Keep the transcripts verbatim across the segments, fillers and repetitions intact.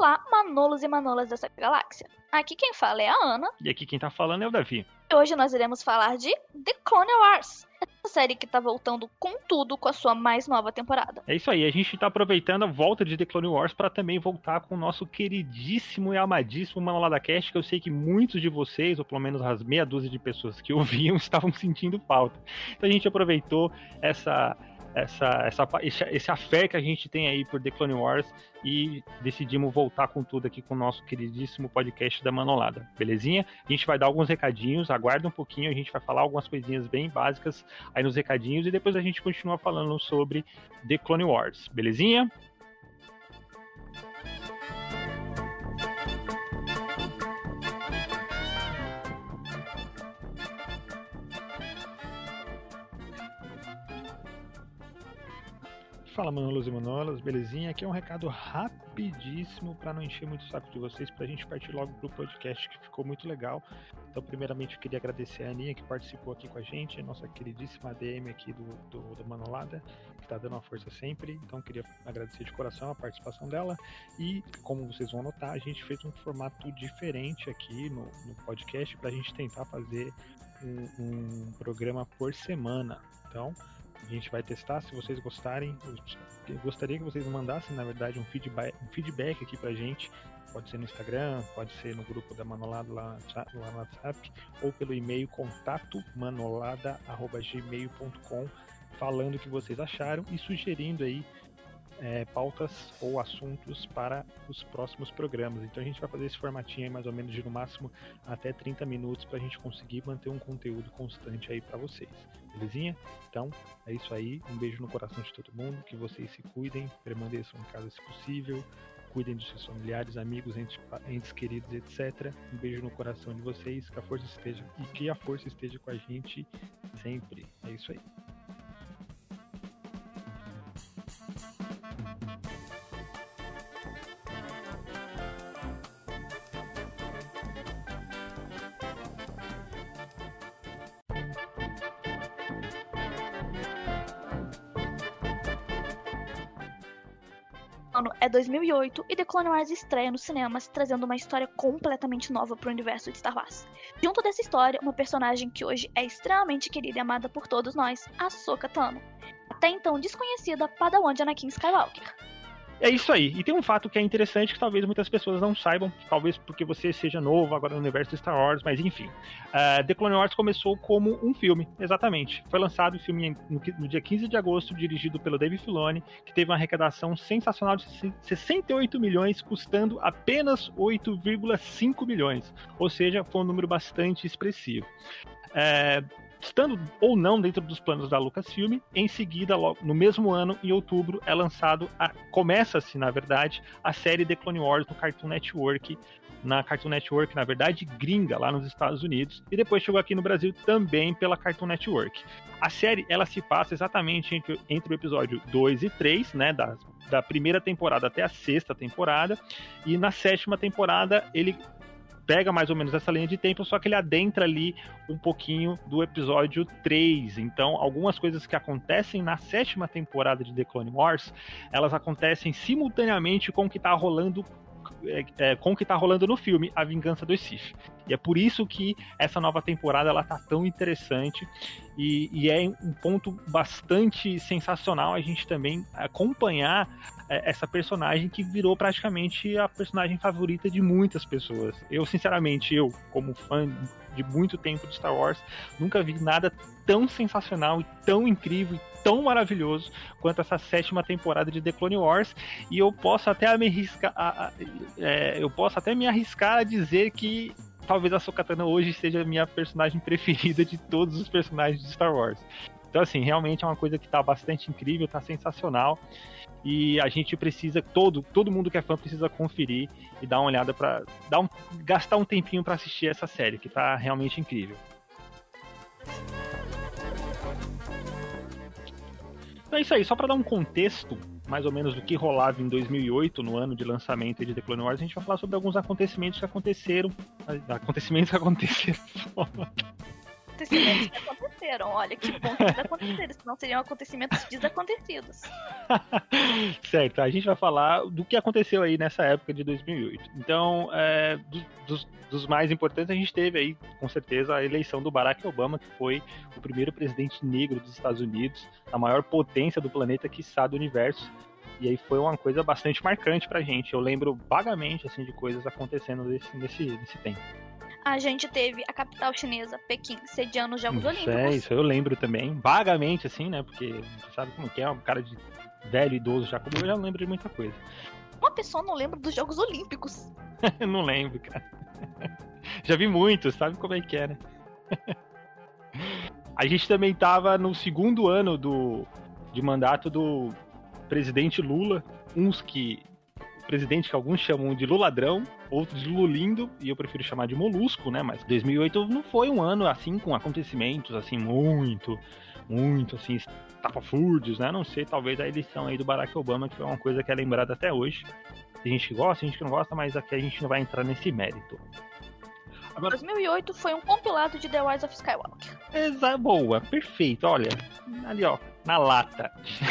Olá, Manolos e Manolas dessa galáxia. Aqui quem fala é a Ana. E aqui quem tá falando é o Davi. E hoje nós iremos falar de The Clone Wars, essa série que tá voltando com tudo com a sua mais nova temporada. É isso aí, a gente tá aproveitando a volta de The Clone Wars para também voltar com o nosso queridíssimo e amadíssimo Manolada Cast, que eu sei que muitos de vocês, ou pelo menos as meia dúzia de pessoas que ouviam, estavam sentindo falta. Então a gente aproveitou essa... Essa, essa, esse, esse afé que a gente tem aí por The Clone Wars e decidimos voltar com tudo aqui com o nosso queridíssimo podcast da Manolada, belezinha? A gente vai dar alguns recadinhos, aguarda um pouquinho, a gente vai falar algumas coisinhas bem básicas aí nos recadinhos e depois a gente continua falando sobre The Clone Wars, belezinha? Fala, Manolos e Manolas, belezinha? Aqui é um recado rapidíssimo para não encher muito o saco de vocês, pra gente partir logo pro podcast que ficou muito legal. Então, primeiramente, eu queria agradecer a Aninha que participou aqui com a gente, nossa queridíssima A D M aqui do, do, do Manolada, que tá dando uma força sempre. Então, eu queria agradecer de coração a participação dela. E, como vocês vão notar, a gente fez um formato diferente aqui no, no podcast pra gente tentar fazer um, um programa por semana. Então, a gente vai testar, se vocês gostarem. Eu gostaria que vocês mandassem, na verdade, um feedback, um feedback aqui pra gente. Pode ser no Instagram, pode ser no grupo da Manolada lá, lá no WhatsApp, ou pelo e-mail contato manolada arroba gmail ponto com, falando o que vocês acharam e sugerindo aí é, pautas ou assuntos para os próximos programas. Então a gente vai fazer esse formatinho aí mais ou menos de no máximo até trinta minutos para a gente conseguir manter um conteúdo constante aí para vocês, belezinha? Então é isso aí, um beijo no coração de todo mundo, que vocês se cuidem, permaneçam em casa se possível, cuidem dos seus familiares, amigos, entes, entes queridos, etcétera. Um beijo no coração de vocês, que a força esteja e que a força esteja com a gente sempre. É isso aí. Ano é dois mil e oito e The Clone Wars estreia nos cinemas, trazendo uma história completamente nova para o universo de Star Wars. Junto dessa história, uma personagem que hoje é extremamente querida e amada por todos nós, Ahsoka Tano, até então desconhecida Padawan de Anakin Skywalker. É isso aí. E tem um fato que é interessante que talvez muitas pessoas não saibam, talvez porque você seja novo agora no universo de Star Wars, mas enfim. Uh, The Clone Wars começou como um filme, exatamente. Foi lançado o filme no, no dia quinze de agosto, dirigido pelo Dave Filoni, que teve uma arrecadação sensacional de sessenta e oito milhões, custando apenas oito vírgula cinco milhões. Ou seja, foi um número bastante expressivo. Uh, Estando ou não dentro dos planos da Lucasfilm, em seguida, logo, no mesmo ano, em outubro, é lançado, a, começa-se, na verdade, a série The Clone Wars no Cartoon Network, na Cartoon Network, na verdade, gringa, lá nos Estados Unidos, e depois chegou aqui no Brasil também pela Cartoon Network. A série, ela se passa exatamente entre, entre o episódio dois e três, né, da, da primeira temporada até a sexta temporada, e na sétima temporada, ele pega mais ou menos essa linha de tempo, só que ele adentra ali um pouquinho do episódio três. Então, algumas coisas que acontecem na sétima temporada de The Clone Wars, elas acontecem simultaneamente com o que tá rolando É, é, com o que tá rolando no filme A Vingança dos Sith. E é por isso que essa nova temporada ela tá tão interessante e, e é um ponto bastante sensacional a gente também acompanhar é, essa personagem que virou praticamente a personagem favorita de muitas pessoas. Eu, sinceramente, eu, como fã de muito tempo de Star Wars, nunca vi nada tão sensacional e tão incrível e tão maravilhoso quanto essa sétima temporada de The Clone Wars, e eu posso até me arriscar a, a, é, eu posso até me arriscar a dizer que talvez a Ahsoka Tano hoje seja a minha personagem preferida de todos os personagens de Star Wars. Então, assim, realmente é uma coisa que tá bastante incrível, tá sensacional, e a gente precisa, todo, todo mundo que é fã precisa conferir e dar uma olhada para dar um, gastar um tempinho para assistir essa série, que tá realmente incrível. Então é isso aí, só para dar um contexto mais ou menos do que rolava em dois mil e oito, no ano de lançamento de The Clone Wars, a gente vai falar sobre alguns acontecimentos que aconteceram. Acontecimentos que aconteceram. Acontecimentos que aconteceram. aconteceram. Olha, que bom que desaconteceram, senão seriam acontecimentos desacontecidos. Certo, a gente vai falar do que aconteceu aí nessa época de dois mil e oito. Então, é, do, dos, dos mais importantes, a gente teve aí, com certeza, a eleição do Barack Obama, que foi o primeiro presidente negro dos Estados Unidos, a maior potência do planeta, quiçá do universo. E aí foi uma coisa bastante marcante pra gente. Eu lembro vagamente, assim, de coisas acontecendo nesse, nesse, nesse tempo. A gente teve a capital chinesa, Pequim, sediando os Jogos Isso, Olímpicos. É, isso eu lembro também, vagamente, assim, né? Porque você sabe como que é, um cara de velho, idoso já, como eu já não lembro de muita coisa. Uma pessoa não lembra dos Jogos Olímpicos. Não lembro, cara. Já vi muitos, sabe como é que é, né? A gente também tava no segundo ano do, de mandato do presidente Lula, uns que... presidente que alguns chamam de Luladrão, outros de Lulindo, e eu prefiro chamar de Molusco, né? Mas dois mil e oito não foi um ano, assim, com acontecimentos, assim, muito, muito, assim, estapafúrdios, né? A não sei, talvez a eleição aí do Barack Obama, que foi uma coisa que é lembrada até hoje. Tem gente que gosta, tem gente que não gosta, mas aqui a gente não vai entrar nesse mérito. Agora... dois mil e oito foi um compilado de The Rise of Skywalker. Exa, boa, perfeito, olha, ali ó, na lata.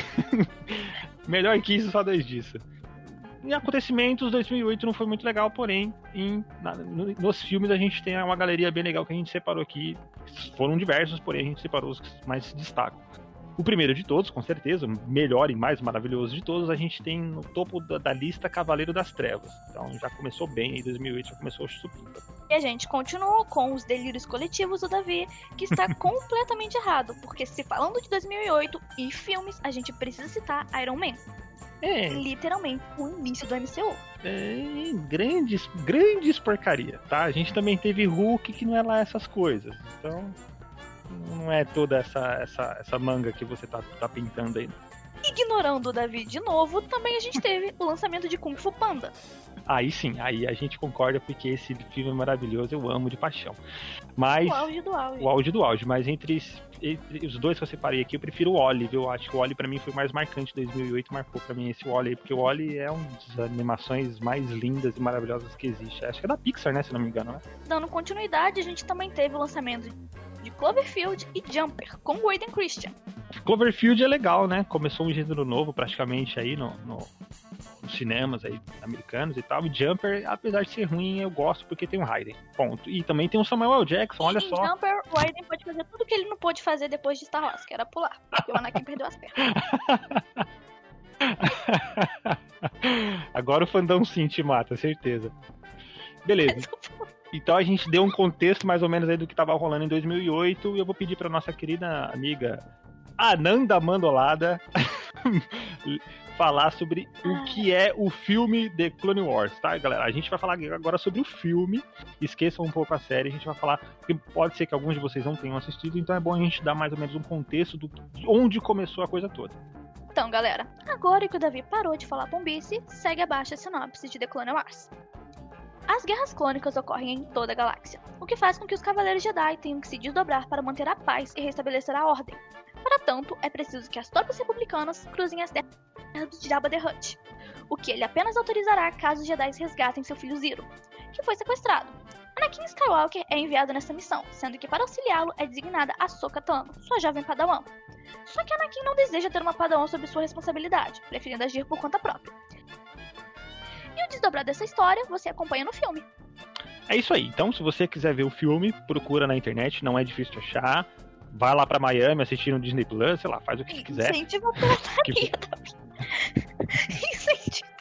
Melhor que isso, só dois disso. Em acontecimentos, dois mil e oito não foi muito legal, porém, em, na, no, nos filmes a gente tem uma galeria bem legal que a gente separou aqui. Foram diversos, porém a gente separou os que mais se destacam. O primeiro de todos, com certeza, o melhor e mais maravilhoso de todos, a gente tem no topo da, da lista Cavaleiro das Trevas. Então já começou bem, em dois mil e oito já começou o supimpa. E a gente continuou com os delírios coletivos do Davi, que está completamente errado, porque se falando de dois mil e oito e filmes, a gente precisa citar Iron Man. É. Literalmente o início do M C U. É, grandes, grandes porcaria, tá? A gente também teve Hulk, que não é lá essas coisas. Então, não é toda essa, essa, essa manga que você tá, tá pintando aí. Ignorando o Davi de novo, também a gente teve o lançamento de Kung Fu Panda. Aí sim, aí a gente concorda, porque esse filme é maravilhoso, eu amo de paixão. Mas, o auge do auge. O auge do auge, mas entre, entre os dois que eu separei aqui, eu prefiro o Wall-E, viu? Eu acho que o Wall-E pra mim foi mais marcante de dois mil e oito, marcou pra mim esse Wall-E, porque o Wall-E é uma das animações mais lindas e maravilhosas que existe. Acho que é da Pixar, né, se não me engano, né? Dando continuidade, a gente também teve o lançamento de Cloverfield e Jumper, com o Hayden Christensen. Cloverfield é legal, né? Começou um gênero novo praticamente aí no, no, nos cinemas aí americanos e tal. E Jumper, apesar de ser ruim, eu gosto porque tem o Hayden. Ponto. E também tem o Samuel L. Jackson, olha e só. Em Jumper, o Hayden pode fazer tudo que ele não pôde fazer depois de Star Wars, que era pular. Porque o Anakin perdeu as pernas. Agora o fandom sim te mata, certeza. Beleza. Então a gente deu um contexto mais ou menos aí do que estava rolando em dois mil e oito, e eu vou pedir para nossa querida amiga Ananda Mandolada falar sobre o que é o filme The Clone Wars, tá, galera? A gente vai falar agora sobre o filme, esqueçam um pouco a série, a gente vai falar, porque pode ser que alguns de vocês não tenham assistido, então é bom a gente dar mais ou menos um contexto do, de onde começou a coisa toda. Então, galera, agora que o Davi parou de falar pombice, segue abaixo a sinopse de The Clone Wars. As guerras clônicas ocorrem em toda a galáxia, o que faz com que os Cavaleiros Jedi tenham que se desdobrar para manter a paz e restabelecer a ordem. Para tanto, é preciso que as tropas republicanas cruzem as terras de Jabba the Hutt, o que ele apenas autorizará caso os Jedi resgatem seu filho Ziro, que foi sequestrado. Anakin Skywalker é enviado nessa missão, sendo que para auxiliá-lo é designada Ahsoka Tano, sua jovem padawan. Só que Anakin não deseja ter uma padawan sob sua responsabilidade, preferindo agir por conta própria. E o desdobrar dessa história você acompanha no filme. É isso aí. Então, se você quiser ver o filme, procura na internet, não é difícil de achar. Vai lá pra Miami assistir no Disney Plus, sei lá, faz o que você quiser. Incentiva a pirataria, Davi. Incentiva.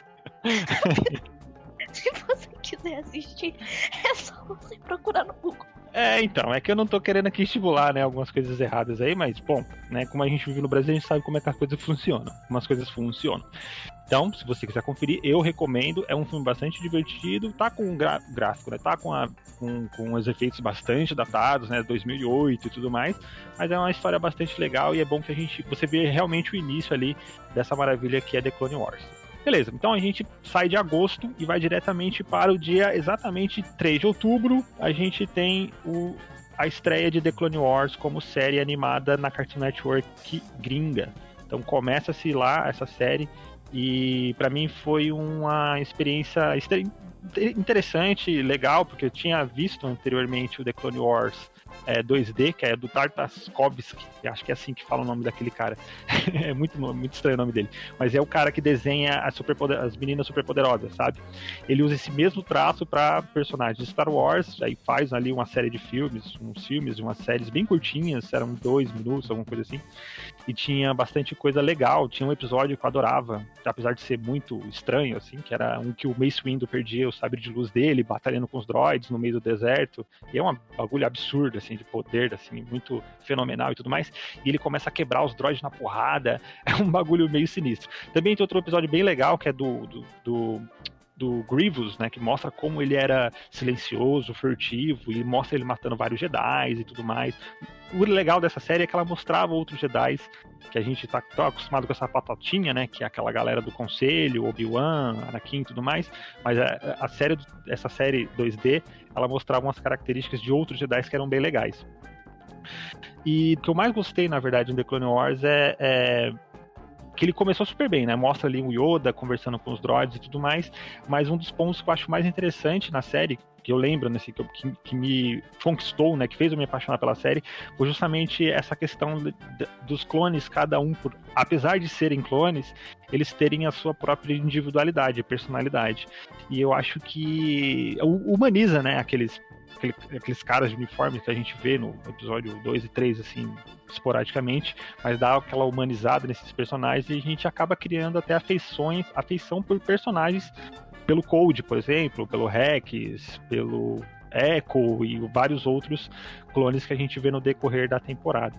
Se você quiser assistir, é só você procurar no Google. É, então, é que eu não tô querendo aqui estimular, né, algumas coisas erradas aí, mas, bom, né, como a gente vive no Brasil, a gente sabe como é que as coisas funcionam, como as coisas funcionam. Então, se você quiser conferir, eu recomendo, é um filme bastante divertido, tá com um gra- gráfico, né, tá com, a, com, com os efeitos bastante datados, né, dois mil e oito e tudo mais, mas é uma história bastante legal e é bom que a gente, você vê realmente o início ali dessa maravilha que é The Clone Wars. Beleza, então a gente sai de agosto e vai diretamente para o dia exatamente três de outubro. A gente tem o, a estreia de The Clone Wars como série animada na Cartoon Network gringa. Então começa-se lá essa série e para mim foi uma experiência interessante, legal, porque eu tinha visto anteriormente o The Clone Wars é, dois D, que é do Tartakovsky, acho que é assim que fala o nome daquele cara. É muito, muito estranho o nome dele. Mas é o cara que desenha as, superpoder... as meninas superpoderosas, sabe? Ele usa esse mesmo traço para personagens de Star Wars, aí faz ali uma série de filmes, uns filmes, umas séries bem curtinhas, eram dois minutos, alguma coisa assim. E tinha bastante coisa legal. Tinha um episódio que eu adorava, apesar de ser muito estranho, assim, que era um que o Mace Windu perdia o sabre de luz dele, batalhando com os droids no meio do deserto. E é um bagulho absurdo, assim, de poder, assim, muito fenomenal e tudo mais. E ele começa a quebrar os droids na porrada. É um bagulho meio sinistro. Também tem outro episódio bem legal, que é do... do, do do Grievous, né, que mostra como ele era silencioso, furtivo, e mostra ele matando vários Jedi e tudo mais. O legal dessa série é que ela mostrava outros Jedi, que a gente tá tão acostumado com essa patotinha, né, que é aquela galera do Conselho, Obi-Wan, Anakin e tudo mais, mas a, a série, essa série dois D, ela mostrava umas características de outros Jedi que eram bem legais. E o que eu mais gostei, na verdade, em The Clone Wars é... é que ele começou super bem, né? Mostra ali o Yoda conversando com os droids e tudo mais, mas um dos pontos que eu acho mais interessante na série, que eu lembro, né, que, que, que me conquistou, né, que fez eu me apaixonar pela série, foi justamente essa questão de, de, dos clones, cada um, por, apesar de serem clones, eles terem a sua própria individualidade, personalidade. E eu acho que humaniza, né, aqueles, aqueles, aqueles caras de uniforme que a gente vê no episódio dois e três, assim, esporadicamente, mas dá aquela humanizada nesses personagens e a gente acaba criando até afeições, afeição por personagens, pelo Code, por exemplo, pelo Rex, pelo Echo e vários outros clones que a gente vê no decorrer da temporada.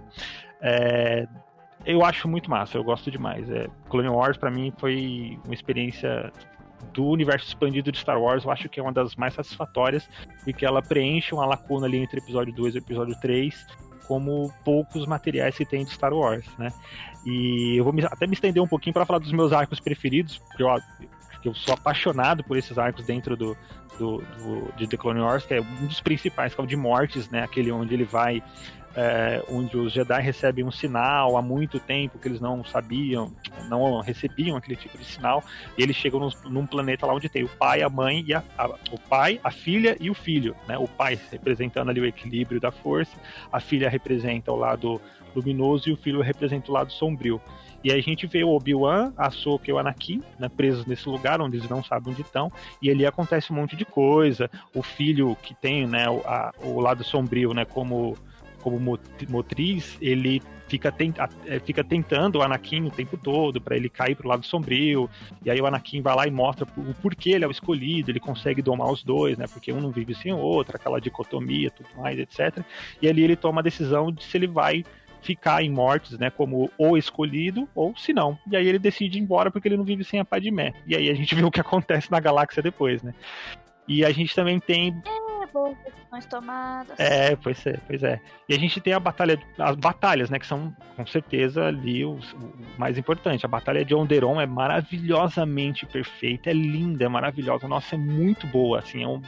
É, eu acho muito massa, eu gosto demais. É, Clone Wars pra mim foi uma experiência do universo expandido de Star Wars, eu acho que é uma das mais satisfatórias, porque ela preenche uma lacuna ali entre episódio dois e episódio três, como poucos materiais que tem de Star Wars, né? E eu vou me, até me estender um pouquinho para falar dos meus arcos preferidos, porque eu, porque eu sou apaixonado por esses arcos dentro do, do, do, de The Clone Wars, que é um dos principais, que é o de Mortis, né? Aquele onde ele vai... É, onde os Jedi recebem um sinal há muito tempo que eles não sabiam, não recebiam aquele tipo de sinal, e eles chegam num, num planeta lá onde tem o pai, a mãe e a, a, o pai, a filha e o filho, né? O pai representando ali o equilíbrio da força, a filha representa o lado luminoso e o filho representa o lado sombrio. E aí a gente vê o Obi-Wan, a Ahsoka e o Anakin, né, presos nesse lugar onde eles não sabem onde estão, e ali acontece um monte de coisa. O filho que tem, né, o, a, o lado sombrio, né, como como motriz, ele fica, tent, fica tentando o Anakin o tempo todo para ele cair pro lado sombrio, e aí o Anakin vai lá e mostra o porquê ele é o escolhido, ele consegue domar os dois, né, porque um não vive sem o outro, aquela dicotomia, tudo mais, etcétera. E ali ele toma a decisão de se ele vai ficar em Mortis, né, como o escolhido, ou se não. E aí ele decide ir embora porque ele não vive sem a Padmé. E aí a gente vê o que acontece na galáxia depois, né. E a gente também tem... boas decisões tomadas. É, pois é, pois é. E a gente tem a batalha, as batalhas, né, que são com certeza ali o, o mais importante. A batalha de Onderon é maravilhosamente perfeita, é linda, é maravilhosa, nossa, é muito boa, assim, é um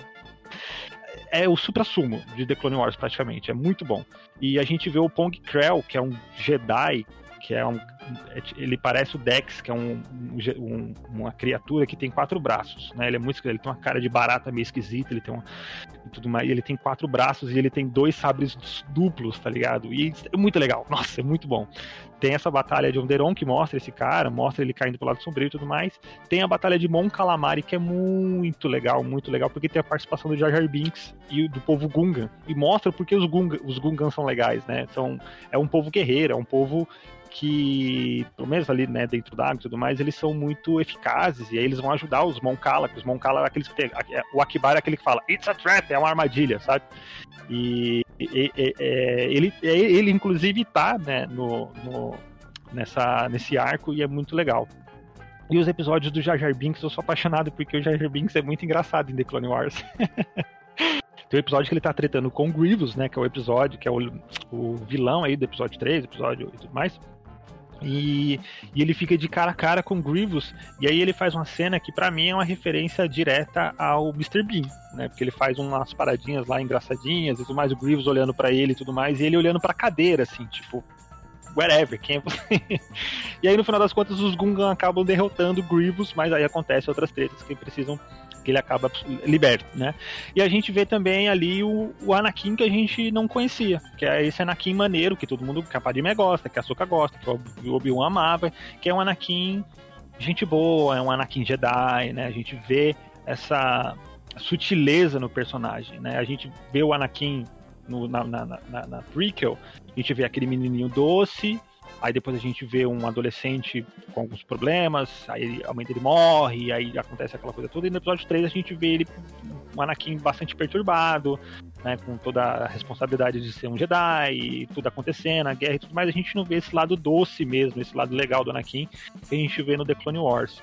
é o supra-sumo de The Clone Wars praticamente, é muito bom. E a gente vê o Pong Krell, que é um Jedi, que é um, ele parece o Dex, que é um, um, uma criatura que tem quatro braços, né? Ele é muito, ele tem uma cara de barata meio esquisita, ele tem uma, e tudo mais, ele tem quatro braços e ele tem dois sabres duplos, tá ligado? E é muito legal, nossa, é muito bom. Tem essa batalha de Onderon que mostra esse cara, mostra ele caindo pro lado sombrio e tudo mais. Tem a batalha de Mon Calamari, que é muito legal, muito legal, porque tem a participação do Jar Jar Binks e do povo Gungan, e mostra porque os Gungan, os Gungan são legais, né? São, é um povo guerreiro, é um povo que, pelo menos ali, né, dentro da água e tudo mais, eles são muito eficazes, e aí eles vão ajudar os Mon Cala, que os Mon Cala é aqueles que tem, o Akibar é aquele que fala, it's a trap, é uma armadilha, sabe? E, e, e, e ele, ele, inclusive, tá, né, no, no, nessa, nesse arco, e é muito legal. E os episódios do Jar Jar Binks, eu sou apaixonado, porque o Jar Jar Binks é muito engraçado em The Clone Wars. Tem o episódio que ele tá tretando com o Grievous, né, que é o episódio, que é o, o vilão aí do episódio três, episódio e tudo mais. E, e ele fica de cara a cara com o Grievous, e aí ele faz uma cena que pra mim é uma referência direta ao mister Bean, né? Porque ele faz umas paradinhas lá engraçadinhas e tudo mais, o Grievous olhando pra ele e tudo mais, e ele olhando pra cadeira, assim, tipo, whatever, quem é você? E aí no final das contas os Gungan acabam derrotando o Grievous, mas aí acontecem outras tretas que precisam que ele acaba liberto, né? E a gente vê também ali o, o Anakin que a gente não conhecia, que é esse Anakin maneiro, que todo mundo, que a Padmé gosta, que a Ahsoka gosta, que o Obi-Wan amava, que é um Anakin gente boa, é um Anakin Jedi, né? A gente vê essa sutileza no personagem, né? A gente vê o Anakin no, na, na, na, na prequel, a gente vê aquele menininho doce, aí depois a gente vê um adolescente com alguns problemas, aí a mãe dele morre, aí acontece aquela coisa toda, e no episódio três a gente vê ele, um Anakin bastante perturbado, né, com toda a responsabilidade de ser um Jedi, e tudo acontecendo, a guerra e tudo mais, a gente não vê esse lado doce mesmo, esse lado legal do Anakin, que a gente vê no The Clone Wars.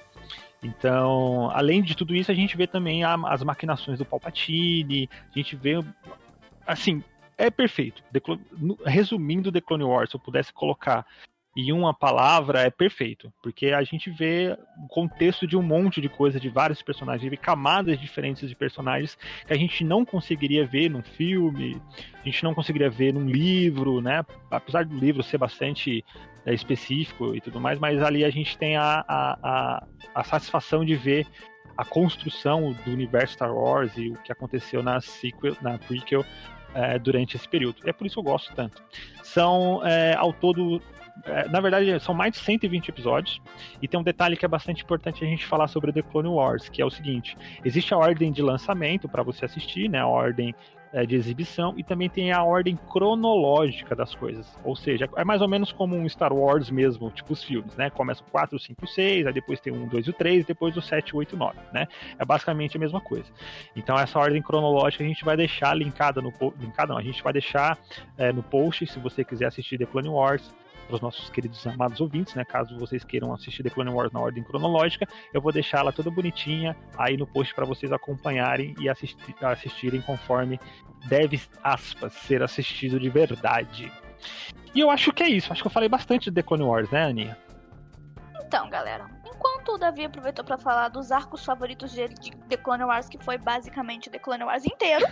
Então, além de tudo isso, a gente vê também a, as maquinações do Palpatine, a gente vê, assim, é perfeito. Resumindo The Clone Wars, se eu pudesse colocar em uma palavra, é perfeito. Porque a gente vê o contexto de um monte de coisa, de vários personagens, vê camadas diferentes de personagens que a gente não conseguiria ver num filme, a gente não conseguiria ver num livro, né? Apesar do livro ser bastante é, específico e tudo mais, mas ali a gente tem a, a, a, a satisfação de ver a construção do universo Star Wars e o que aconteceu na sequel, na prequel, É, durante esse período. É por isso que eu gosto tanto. São, é, ao todo, é, na verdade, são mais de cento e vinte episódios, e tem um detalhe que é bastante importante a gente falar sobre The Clone Wars, que é o seguinte: existe a ordem de lançamento para você assistir, né, a ordem é, de exibição, e também tem a ordem cronológica das coisas, ou seja, é mais ou menos como um Star Wars mesmo, tipo os filmes, né, começa o quatro, cinco, seis, aí depois tem o um, dois e o três, depois o sete, oito, nove, né, é basicamente a mesma coisa. Então essa ordem cronológica a gente vai deixar linkada no linkada não, a gente vai deixar é, no post, se você quiser assistir The Clone Wars, para os nossos queridos amados ouvintes, né? Caso vocês queiram assistir The Clone Wars na ordem cronológica, eu vou deixar ela toda bonitinha aí no post para vocês acompanharem e assistir, assistirem conforme deve, aspas, ser assistido de verdade. E eu acho que é isso. Acho que eu falei bastante de The Clone Wars, né, Aninha? Então, galera, enquanto o Davi aproveitou para falar dos arcos favoritos dele de The Clone Wars, que foi basicamente The Clone Wars inteiro...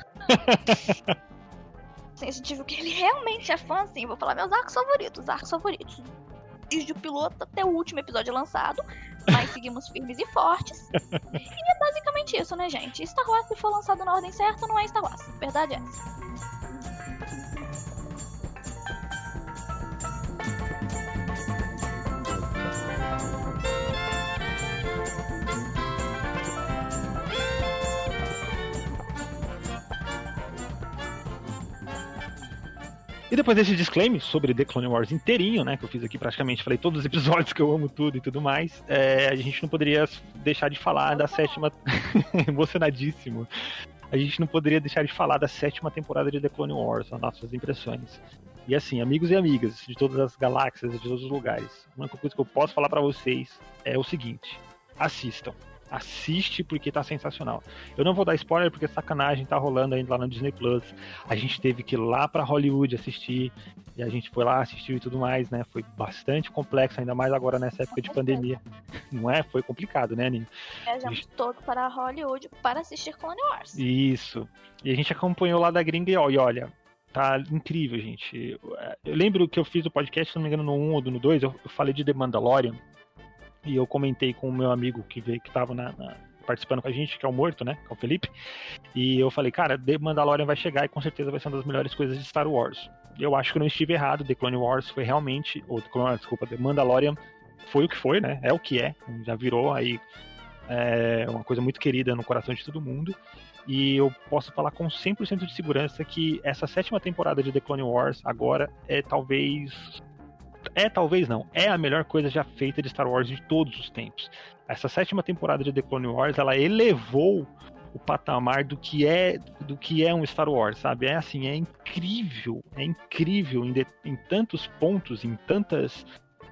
Assim, a gente viu que ele realmente é fã, assim, vou falar meus arcos favoritos, arcos favoritos. Desde o piloto até o último episódio lançado, mas seguimos firmes e fortes. E é basicamente isso, né, gente? Star Wars, se for lançado na ordem certa, não é Star Wars. Verdade é essa. E depois desse disclaimer sobre The Clone Wars inteirinho, né, que eu fiz aqui praticamente, falei todos os episódios que eu amo tudo e tudo mais, é, a gente não poderia deixar de falar da sétima... Emocionadíssimo. A gente não poderia deixar de falar da sétima temporada de The Clone Wars, as nossas impressões. E assim, amigos e amigas de todas as galáxias, de todos os lugares, a única coisa que eu posso falar pra vocês é o seguinte: assistam. Assiste porque tá sensacional. Eu não vou dar spoiler porque sacanagem tá rolando ainda lá no Disney Plus. A gente teve que ir lá pra Hollywood assistir, e a gente foi lá, assistiu e tudo mais, né? Foi bastante complexo, ainda mais agora nessa época de pandemia. Não é? Foi complicado, né, Aninha? Viajamos gente... todo para Hollywood para assistir Clone Wars. Isso. E a gente acompanhou lá da gringa e olha, tá incrível, gente. Eu lembro que eu fiz o podcast, se não me engano, no um ou no dois, eu falei de The Mandalorian. E eu comentei com o meu amigo que veio, que tava na, na, participando com a gente, que é o Morto, né? Que é o Felipe. E eu falei, cara, The Mandalorian vai chegar e com certeza vai ser uma das melhores coisas de Star Wars. Eu acho que eu não estive errado. The Clone Wars foi realmente... Ou, desculpa, The Mandalorian foi o que foi, né? É o que é. Já virou aí é, uma coisa muito querida no coração de todo mundo. E eu posso falar com cem por cento de segurança que essa sétima temporada de The Clone Wars agora é talvez... É, talvez não. É a melhor coisa já feita de Star Wars de todos os tempos. Essa sétima temporada de The Clone Wars, ela elevou o patamar do que é do que é um Star Wars, sabe? É assim, é incrível, é incrível em, de, em tantos pontos, em tantas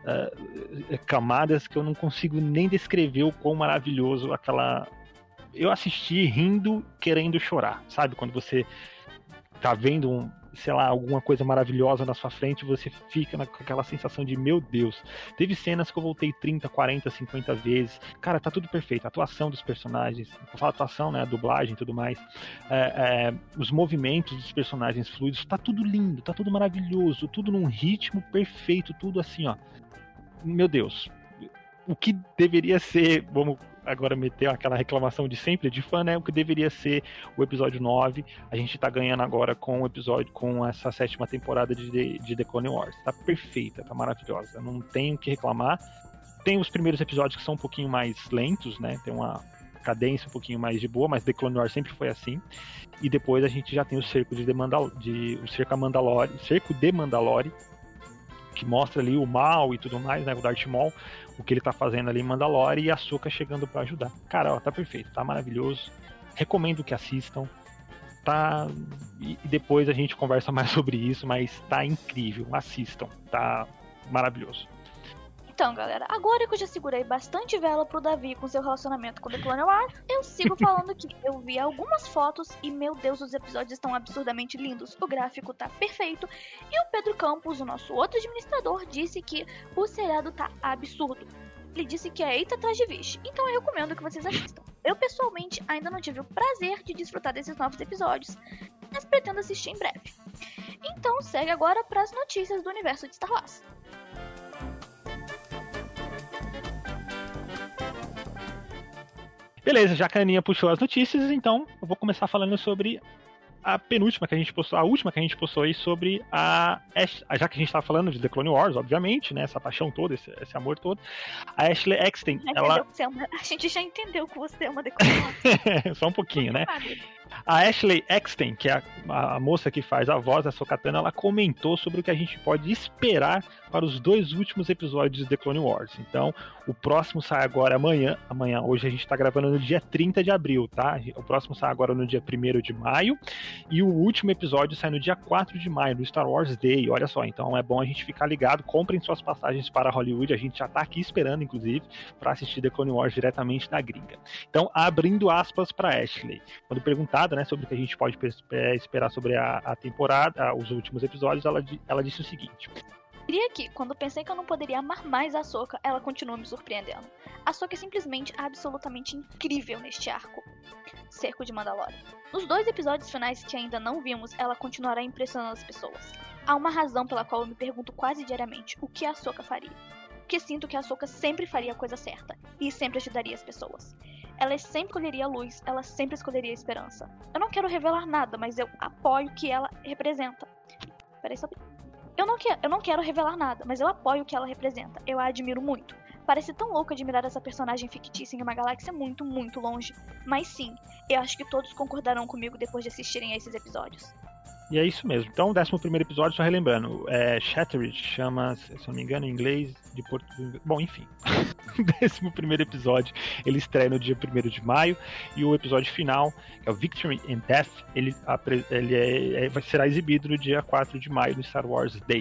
uh, camadas que eu não consigo nem descrever o quão maravilhoso aquela... Eu assisti rindo, querendo chorar, sabe? Quando você tá vendo um... sei lá, alguma coisa maravilhosa na sua frente, você fica com aquela sensação de, meu Deus. Teve cenas que eu voltei trinta, quarenta, cinquenta vezes. Cara, tá tudo perfeito. A atuação dos personagens, eu falo atuação, né, a dublagem e tudo mais, é, é, os movimentos dos personagens fluidos, tá tudo lindo, tá tudo maravilhoso, tudo num ritmo perfeito, tudo assim, ó. Meu Deus. O que deveria ser, vamos agora meter aquela reclamação de sempre de fã, né? O que deveria ser o episódio nove. A gente tá ganhando agora com o episódio, com essa sétima temporada de, de The Clone Wars. Tá perfeita, tá maravilhosa. Não tenho o que reclamar. Tem os primeiros episódios que são um pouquinho mais lentos, né? Tem uma cadência um pouquinho mais de boa, mas The Clone Wars sempre foi assim. E depois a gente já tem o cerco de, Mandal- de o cerco a Mandalore, cerco de Mandalore, que mostra ali o mal e tudo mais, né? O Darth Maul, o que ele tá fazendo ali em Mandalore e a Ahsoka chegando pra ajudar. Cara, ó, tá perfeito, tá maravilhoso. Recomendo que assistam. Tá... E depois a gente conversa mais sobre isso, mas tá incrível. Assistam, tá maravilhoso. Então, galera, agora que eu já segurei bastante vela pro Davi com seu relacionamento com The Clone Wars, eu sigo falando que eu vi algumas fotos e, meu Deus, os episódios estão absurdamente lindos, o gráfico tá perfeito, e o Pedro Campos, o nosso outro administrador, disse que o seriado tá absurdo. Ele disse que é eita atrás de vixe, então eu recomendo que vocês assistam. Eu, pessoalmente, ainda não tive o prazer de desfrutar desses novos episódios, mas pretendo assistir em breve. Então, segue agora pras notícias do universo de Star Wars. Beleza, já que a Aninha puxou as notícias, então eu vou começar falando sobre a penúltima que a gente postou, a última que a gente postou aí sobre a Ash, já que a gente tava falando de The Clone Wars, obviamente, né, essa paixão toda, esse, esse amor todo, a Ashley Eckstein, ela... É uma... A gente já entendeu que você é uma The Clone Wars. Só um pouquinho, né? A Ashley Eckstein, que é a, a moça que faz a voz da Ahsoka-Tano, ela comentou sobre o que a gente pode esperar para os dois últimos episódios de The Clone Wars. Então, o próximo sai agora amanhã. Amanhã, hoje a gente tá gravando no dia trinta de abril, tá? O próximo sai agora no dia primeiro de maio. E o último episódio sai no dia quatro de maio, no Star Wars Day. Olha só, então é bom a gente ficar ligado. Comprem suas passagens para Hollywood. A gente já tá aqui esperando, inclusive, para assistir The Clone Wars diretamente da gringa. Então, abrindo aspas para Ashley. Quando perguntada, né, sobre o que a gente pode esperar sobre a, a temporada, os últimos episódios, ela, ela disse o seguinte... Diria que, quando pensei que eu não poderia amar mais a Ahsoka, ela continua me surpreendendo. A Ahsoka é simplesmente absolutamente incrível neste arco. Cerco de Mandalore. Nos dois episódios finais que ainda não vimos, ela continuará impressionando as pessoas. Há uma razão pela qual eu me pergunto quase diariamente o que a Ahsoka faria. Porque sinto que a Ahsoka sempre faria a coisa certa, e sempre ajudaria as pessoas. Ela sempre escolheria a luz, ela sempre escolheria a esperança. Eu não quero revelar nada, mas eu apoio o que ela representa. Peraí, só... Eu não, que... eu não quero revelar nada, mas eu apoio o que ela representa. Eu a admiro muito. Parece tão louco admirar essa personagem fictícia em uma galáxia muito, muito longe. Mas sim, eu acho que todos concordarão comigo depois de assistirem a esses episódios. E é isso mesmo. Então, o décimo primeiro episódio, só relembrando, é Shattered, chama, se eu não me engano, em inglês, de português. Bom, enfim. O décimo primeiro episódio, ele estreia no dia primeiro de maio, e o episódio final, que é o Victory and Death, ele, ele é, é, será exibido no dia quatro de maio, no Star Wars Day.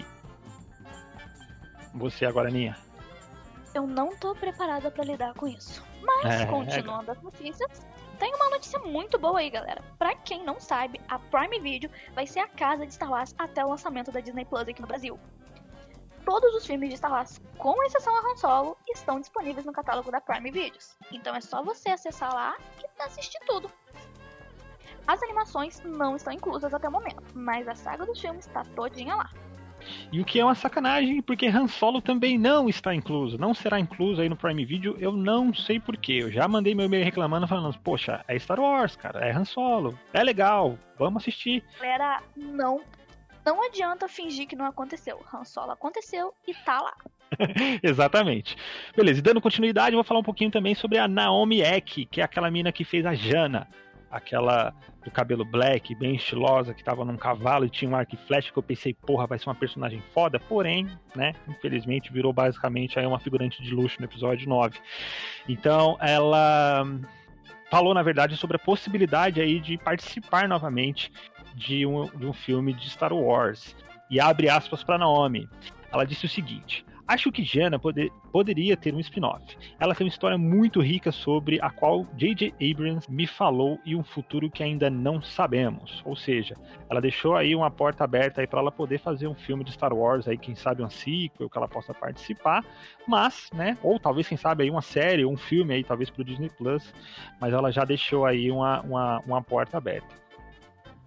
Você agora, Aninha. Eu não tô preparada pra lidar com isso. Mas, é, continuando é... as notícias... Tem uma notícia muito boa aí, galera. Pra quem não sabe, a Prime Video vai ser a casa de Star Wars até o lançamento da Disney Plus aqui no Brasil. Todos os filmes de Star Wars, com exceção a Han Solo, estão disponíveis no catálogo da Prime Videos. Então é só você acessar lá e assistir tudo. As animações não estão inclusas até o momento, mas a saga dos filmes está todinha lá. E o que é uma sacanagem, porque Han Solo também não está incluso, não será incluso aí no Prime Video, eu não sei porquê. Eu já mandei meu e-mail reclamando, falando, poxa, é Star Wars, cara, é Han Solo, é legal, vamos assistir. Galera, não, não adianta fingir que não aconteceu. Han Solo aconteceu e tá lá. Exatamente. Beleza, e dando continuidade, eu vou falar um pouquinho também sobre a Naomi Eck, que é aquela mina que fez a Jana. Aquela do cabelo black, bem estilosa, que tava num cavalo e tinha um arco e flecha, que eu pensei, porra, vai ser uma personagem foda, porém, né, infelizmente virou basicamente aí uma figurante de luxo no episódio nove. Então, ela falou, na verdade, sobre a possibilidade aí de participar novamente de um, de um filme de Star Wars. E abre aspas para Naomi. Ela disse o seguinte... Acho que Jana poder, poderia ter um spin-off. Ela tem uma história muito rica sobre a qual J J Abrams me falou e um futuro que ainda não sabemos. Ou seja, ela deixou aí uma porta aberta aí para ela poder fazer um filme de Star Wars, aí quem sabe um sequel que ela possa participar, mas, né, ou talvez quem sabe aí uma série, um filme aí talvez pro Disney Plus, mas ela já deixou aí uma, uma, uma porta aberta.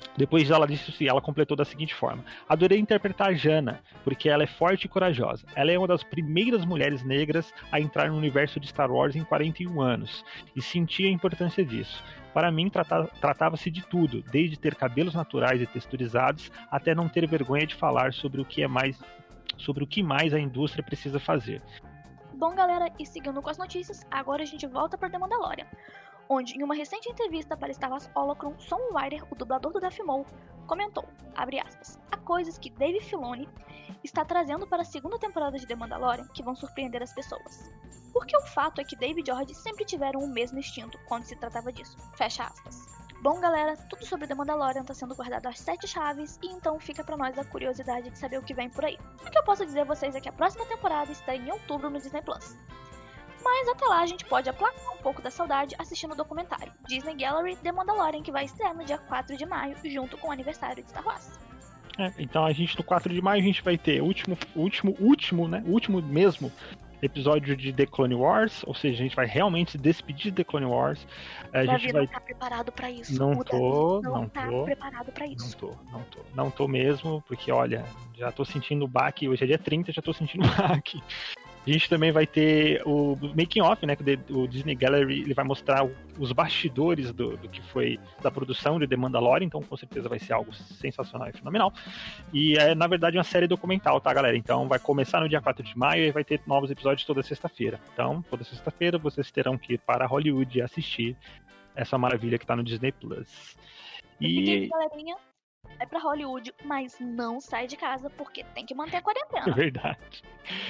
Depois ela disse, ela completou da seguinte forma: adorei interpretar a Jannah, porque ela é forte e corajosa. Ela é uma das primeiras mulheres negras a entrar no universo de Star Wars em quarenta e um anos, e senti a importância disso. Para mim, trata, tratava-se de tudo, desde ter cabelos naturais e texturizados, até não ter vergonha de falar sobre o que é mais, sobre o que mais a indústria precisa fazer. Bom, galera, e seguindo com as notícias, agora a gente volta para The Mandalorian, onde, em uma recente entrevista para Star Wars Holocron, Son Ryder, o dublador do Darth Maul, comentou, abre aspas, há coisas que Dave Filoni está trazendo para a segunda temporada de The Mandalorian que vão surpreender as pessoas. Porque o fato é que Dave e George sempre tiveram o mesmo instinto quando se tratava disso. Fecha aspas. Bom, galera, tudo sobre The Mandalorian está sendo guardado às sete chaves, e então fica pra nós a curiosidade de saber o que vem por aí. O que eu posso dizer a vocês é que a próxima temporada está em outubro no Disney Plus. Mas até lá a gente pode aplacar um pouco da saudade assistindo o documentário Disney Gallery The Mandalorian, que vai estrear no dia quatro de maio, junto com o aniversário de Star Wars. É, então a gente no quatro de maio a gente vai ter o último, último, último, né, último mesmo episódio de The Clone Wars, ou seja, a gente vai realmente se despedir de The Clone Wars. A Davi gente vai... não tá preparado pra isso. Não o tô, não, não tá tô. preparado pra isso. Não tô, não tô. Não tô mesmo, porque olha, já tô sentindo o baque, hoje é dia trinta, já tô sentindo o baque. A gente também vai ter o making off, né? Que o Disney Gallery ele vai mostrar os bastidores do, do que foi da produção de The Mandalorian, então com certeza vai ser algo sensacional e fenomenal. E é, na verdade, uma série documental, tá, galera? Então vai começar no dia quatro de maio e vai ter novos episódios toda sexta-feira. Então, toda sexta-feira vocês terão que ir para Hollywood e assistir essa maravilha que tá no Disney Plus. E, e galerinha, vai pra Hollywood, mas não sai de casa porque tem que manter a quarentena. É verdade.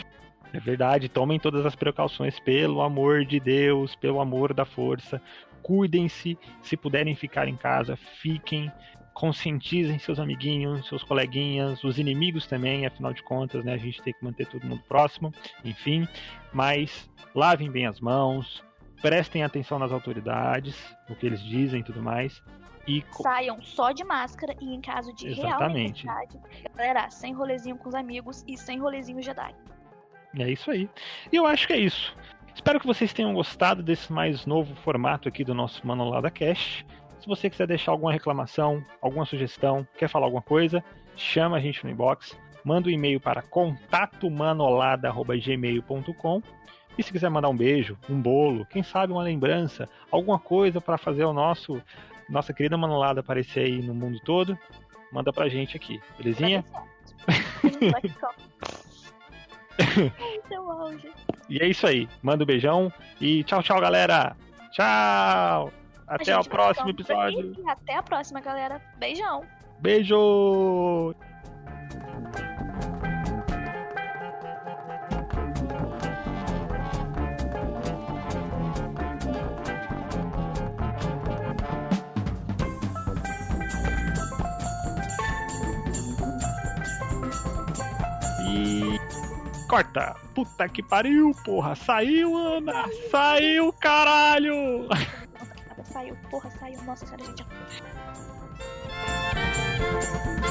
É verdade, tomem todas as precauções, pelo amor de Deus, pelo amor da força. Cuidem-se, se puderem ficar em casa, fiquem, conscientizem seus amiguinhos, seus coleguinhas, os inimigos também, afinal de contas, né, a gente tem que manter todo mundo próximo, enfim. Mas lavem bem as mãos, prestem atenção nas autoridades, o que eles dizem e tudo mais. E... saiam só de máscara e em caso de Exatamente. real necessidade, galera, sem rolezinho com os amigos e sem rolezinho Jedi. É isso aí. E eu acho que é isso. Espero que vocês tenham gostado desse mais novo formato aqui do nosso Manolada Cast. Se você quiser deixar alguma reclamação, alguma sugestão, quer falar alguma coisa, chama a gente no inbox, manda um e-mail para contato manolada arroba gmail ponto com. E se quiser mandar um beijo, um bolo, quem sabe uma lembrança, alguma coisa para fazer o nosso nossa querida Manolada aparecer aí no mundo todo, manda pra gente aqui, belezinha? E é isso aí. Manda um beijão e tchau, tchau, galera. Tchau. Até o próximo episódio. E até a próxima, galera. Beijão. Beijo. E corta! Puta que pariu, porra! Saiu, Ana! Saiu, caralho! Saiu, porra, saiu. Nossa senhora, gente.